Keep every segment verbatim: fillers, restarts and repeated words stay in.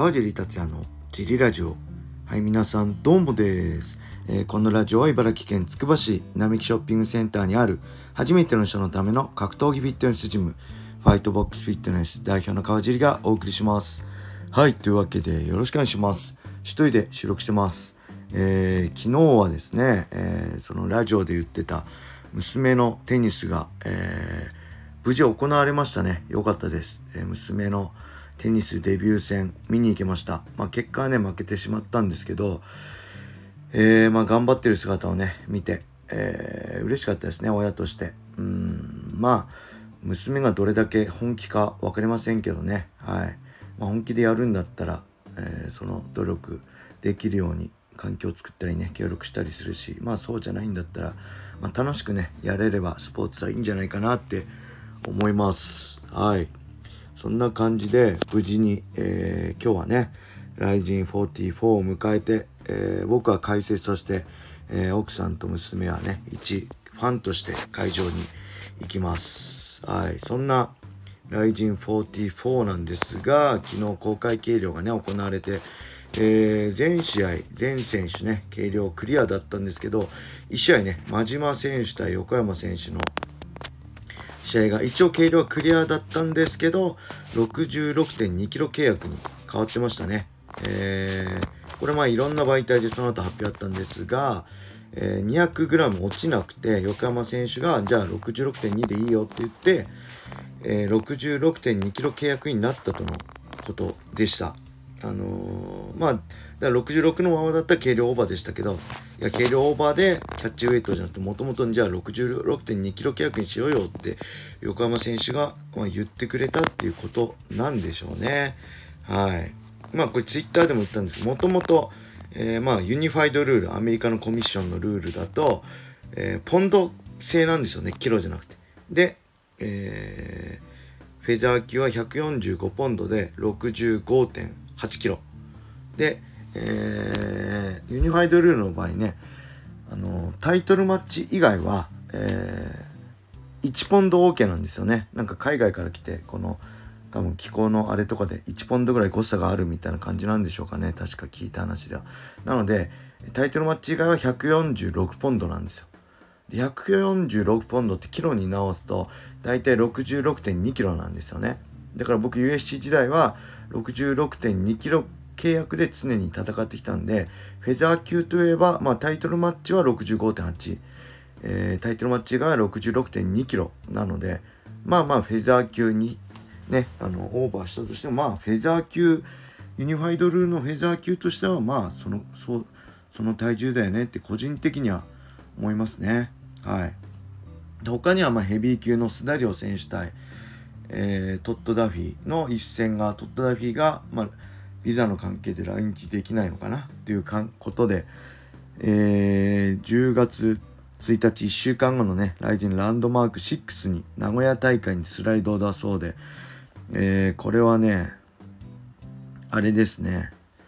川尻達也のジリラジオ。はい、皆さんどうもです、えー、このラジオは茨城県つくば市並木ショッピングセンターにある初めての人のための格闘技フィットネスジム、ファイトボックスフィットネス代表の川尻がお送りします。はい、というわけでよろしくお願いします。一人で収録してます。えー、昨日はですね、えー、そのラジオで言ってた娘のテニスが、えー、無事行われましたね。よかったです、えー、娘のテニスデビュー戦見に行けました。まあ結果はね負けてしまったんですけど、えー、まあ頑張ってる姿をね見て、えー、嬉しかったですね、親として。うーんまあ娘がどれだけ本気か分かりませんけどね、はい、まあ、本気でやるんだったら、えー、その努力できるように環境を作ったりね協力したりするし、まあそうじゃないんだったら、まあ、楽しくねやれればスポーツはいいんじゃないかなって思います。はい、そんな感じで無事に、えー、今日はねライジンよんじゅうよんを迎えて、えー、僕は解説として、えー、奥さんと娘はね一ファンとして会場に行きます。はい、そんなライジンよんじゅうよんなんですが、昨日公開計量がね行われて、えー、全試合全選手ね計量クリアだったんですけど、いち試合ね真島選手対横山選手の試合が一応計量はクリアだったんですけど ろくじゅうろくてんにキロ契約に変わってましたね。えー、これまあいろんな媒体でその後発表あったんですが、えー、にひゃくグラム 落ちなくて横山選手がじゃあ ろくじゅうろくてんに でいいよって言って、えー、ろくじゅうろくてんにキロ契約になったとのことでした。あのー、まあだからろくじゅうろくのままだったら軽量オーバーでしたけど、いや軽量オーバーでキャッチウェイトじゃなくてもともとじゃあ ろくじゅうろくてんにキロ契約にしようよって横山選手が、まあ、言ってくれたっていうことなんでしょうね。はい、まあこれツイッターでも言ったんですけど、もともとまあユニファイドルール、アメリカのコミッションのルールだと、えー、ポンド制なんですよね、キロじゃなくて。で、えー、フェザー級はひゃくよんじゅうごポンドで ろくじゅうごてんはちキロで、えー、ユニファイドルールの場合ね、あのタイトルマッチ以外は、えー、いちポンド OK なんですよね。なんか海外から来てこの多分気候のあれとかでいちポンドぐらい誤差があるみたいな感じなんでしょうかね、確か聞いた話では。なのでタイトルマッチ以外はひゃくよんじゅうろくポンドなんですよ。でひゃくよんじゅうろくポンドってキロに直すとだいたい ろくじゅうろくてんにキロなんですよね。だから僕 ユーエフシー 時代は ろくじゅうろくてんにキロ契約で常に戦ってきたんで、フェザー級といえば、まあ、タイトルマッチは ろくじゅうごてんはち、えー、タイトルマッチが ろくじゅうろくてんにキロなので、まあまあフェザー級にねあのオーバーしたとしても、まあフェザー級ユニファイドルールのフェザー級としてはまあそのそその体重だよねって個人的には思いますね。はい。他にはまあヘビー級のスダリオ選手対、えー、トッド・ダフィーの一戦が、トッド・ダフィーがまあビザの関係で来日できないのかなっていうことで、えー、じゅうがつついたちいっしゅうかんごのねライジンランドマークろくに名古屋大会にスライドだそうで、えー、これはねあれですね、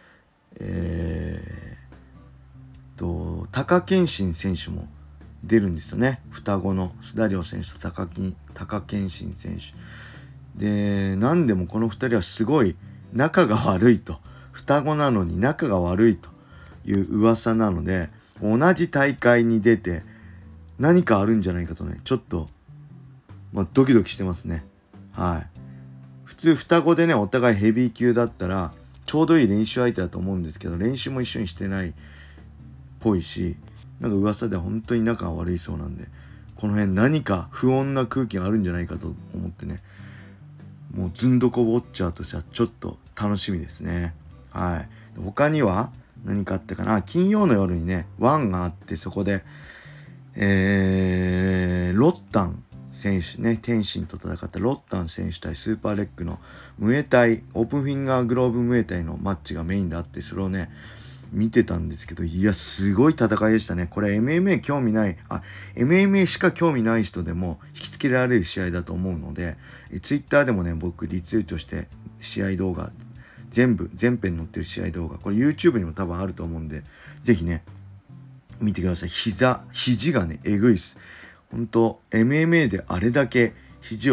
えー、と貴健信選手も出るんですよね。双子のスダリオ選手と貴健信選手で、なんでもこのふたりはすごい仲が悪いと、双子なのに仲が悪いという噂なので、同じ大会に出て何かあるんじゃないかとねちょっと、まあ、ドキドキしてますね。はい。普通双子でねお互いヘビー級だったらちょうどいい練習相手だと思うんですけど、練習も一緒にしてないっぽいし、なんか噂では本当に仲が悪いそうなんで、この辺何か不穏な空気があるんじゃないかと思ってね、もうずんどこウォッチャーとしてはちょっと楽しみですね。はい。他には何かあったかな。金曜の夜にねワンがあって、そこでえー、ロッタン選手ね、天心と戦ったロッタン選手対スーパーレッグのムエタイ、オープンフィンガーグローブムエタイのマッチがメインであって、それをね見てたんですけど、いやすごい戦いでしたね。これ エムエムエー 興味ない、あ エムエムエー しか興味ない人でも引きつけられる試合だと思うので、えツイッターでもね僕リツイートして試合動画全部全編載ってる試合動画、これ YouTube にも多分あると思うんで、ぜひね見てください。膝肘がねえぐいっす。本当 エムエムエー であれだけ肘を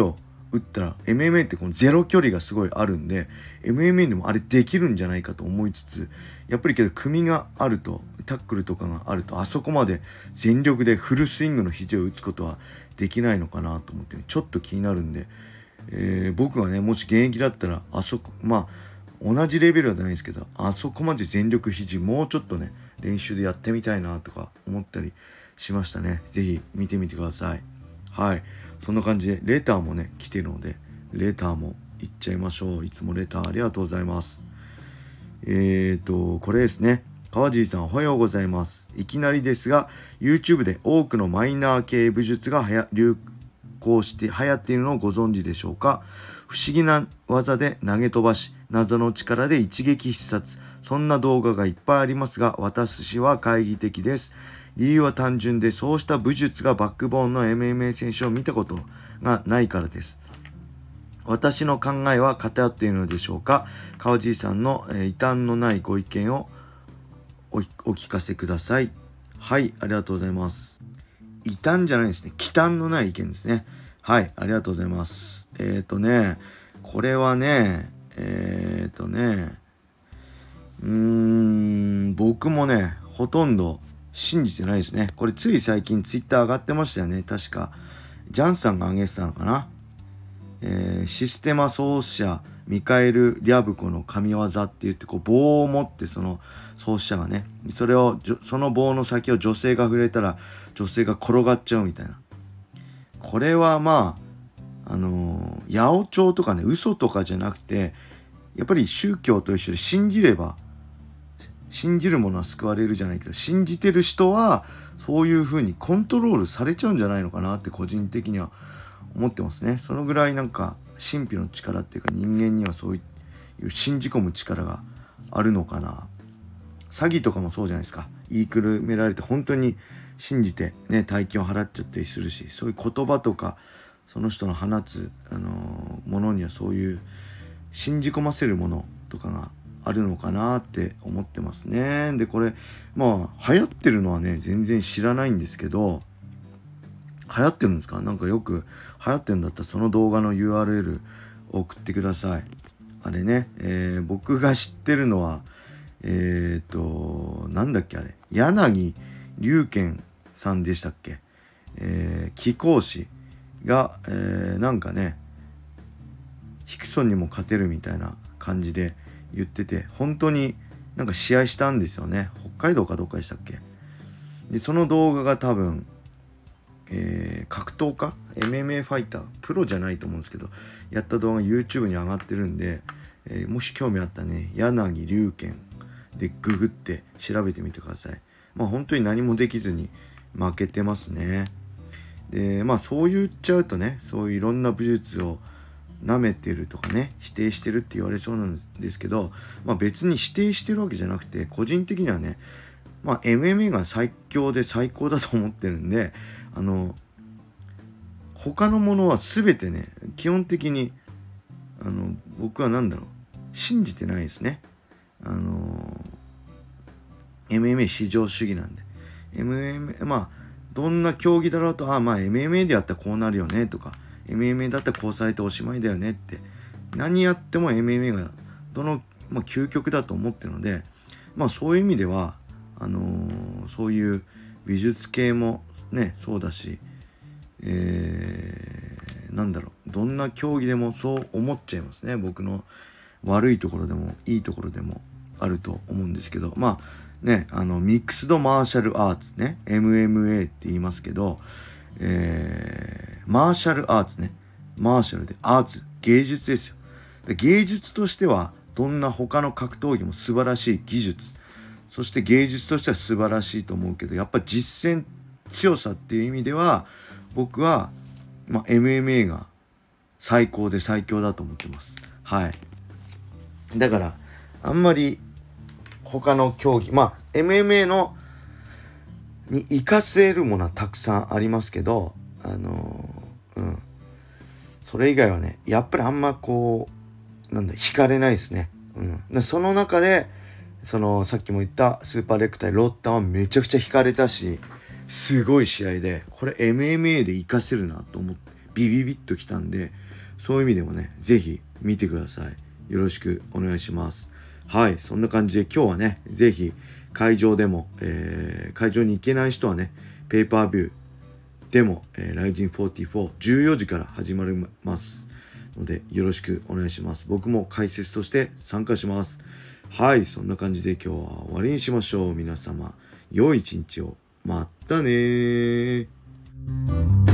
打ったら エムエムエー ってこのゼロ距離がすごいあるんで エムエムエー でもあれできるんじゃないかと思いつつ、やっぱりけど組があるとタックルとかがあるとあそこまで全力でフルスイングの肘を打つことはできないのかなと思って、ね、ちょっと気になるんで、えー、僕がねもし現役だったらあそこまあ同じレベルはないですけどあそこまで全力肘もうちょっとね練習でやってみたいなとか思ったりしましたね。ぜひ見てみてください。はい、そんな感じでレターもね来てるのでレターもいっちゃいましょう。いつもレターありがとうございます。えーとこれですね。川尻さんおはようございます。いきなりですが YouTube で多くのマイナー系武術がはや流行して流行っているのをご存知でしょうか。不思議な技で投げ飛ばし謎の力で一撃必殺、そんな動画がいっぱいありますが私は懐疑的です。理由は単純でそうした武術がバックボーンの エムエムエー 選手を見たことがないからです。私の考えは偏っているのでしょうか。川尻さんの、えー、異端のないご意見を お, お聞かせください。はい、ありがとうございます。異端じゃないですね。忌憚のない意見ですね。はい、ありがとうございます。えっ、ー、とね、これはね、えっ、ー、とね、うーん、僕もね、ほとんど信じてないですね。これつい最近ツイッター上がってましたよね。確か。ジャンさんが上げてたのかな。えー、システマ創始者ミカエル・リャブコの神業って言ってこう棒を持ってその創始者がねそれをその棒の先を女性が触れたら女性が転がっちゃうみたいな。これはまああのー、八百長とかね嘘とかじゃなくてやっぱり宗教と一緒で信じれば信じるものは救われるじゃないけど信じてる人はそういう風にコントロールされちゃうんじゃないのかなって個人的には思ってますね。そのぐらいなんか神秘の力っていうか人間にはそういう信じ込む力があるのかな。詐欺とかもそうじゃないですか。言いくるめられて本当に信じてね大金を払っちゃったりするし、そういう言葉とかその人の放つ、あのー、ものにはそういう信じ込ませるものとかがあるのかなって思ってますね。でこれまあ流行ってるのはね全然知らないんですけど、流行ってるんですか？なんかよく流行ってるんだったらその動画の ユーアールエル 送ってください。あれね、えー、僕が知ってるのはえっ、ー、となんだっけあれ柳龍賢さんでしたっけ。えー、貴公子が、えー、なんかねヒクソンにも勝てるみたいな感じで言ってて本当になんか試合したんですよね。北海道かどっかでしたっけ。でその動画が多分えー、格闘家 エムエムエー ファイタープロじゃないと思うんですけどやった動画 YouTube に上がってるんで、えー、もし興味あったらね柳龍賢でググって調べてみてください。まあ本当に何もできずに負けてますね。でまあそう言っちゃうとねそういういろんな武術を舐めてるとかね否定してるって言われそうなんですけど、まあ別に否定してるわけじゃなくて個人的にはねまあ エムエムエー が最強で最高だと思ってるんで、あの他のものは全てね基本的にあの僕は何だろう信じてないですね。あの エムエムエー 至上主義なんで エムエムエー まあどんな競技だろうとあまあ エムエムエー でやったらこうなるよねとか エムエムエー だったらこうされておしまいだよねって何やっても エムエムエー がどの、まあ、究極だと思ってるので、まあそういう意味ではあのー、そういう美術系もねそうだし、えー、なんだろうどんな競技でもそう思っちゃいますね。僕の悪いところでもいいところでもあると思うんですけど、まあねあのミックスドマーシャルアーツね エムエムエー って言いますけど、えー、マーシャルアーツねマーシャルでアーツ芸術ですよ。で芸術としてはどんな他の格闘技も素晴らしい技術そして芸術としては素晴らしいと思うけどやっぱ実践強さっていう意味では僕は、まあ、エムエムエー が最高で最強だと思ってます。はい。だからあんまり他の競技まあ エムエムエー のに活かせるものはたくさんありますけどあのー、うんそれ以外はねやっぱりあんまこうなんだ惹かれないですね。うん。その中でそのさっきも言ったスーパーレック対ロッタンはめちゃくちゃ惹かれたしすごい試合でこれ エムエムエー で活かせるなと思ってビビビッときたんで、そういう意味でもね、ぜひ見てください。よろしくお願いします。はい、そんな感じで今日はね、ぜひ会場でも、えー、会場に行けない人はね、ペーパービューでも、えー、ライジンフォーティーフォー、じゅうよじから始まりますので、よろしくお願いします。僕も解説として参加します。はい、そんな感じで今日は終わりにしましょう。皆様、良い一日を。またねー。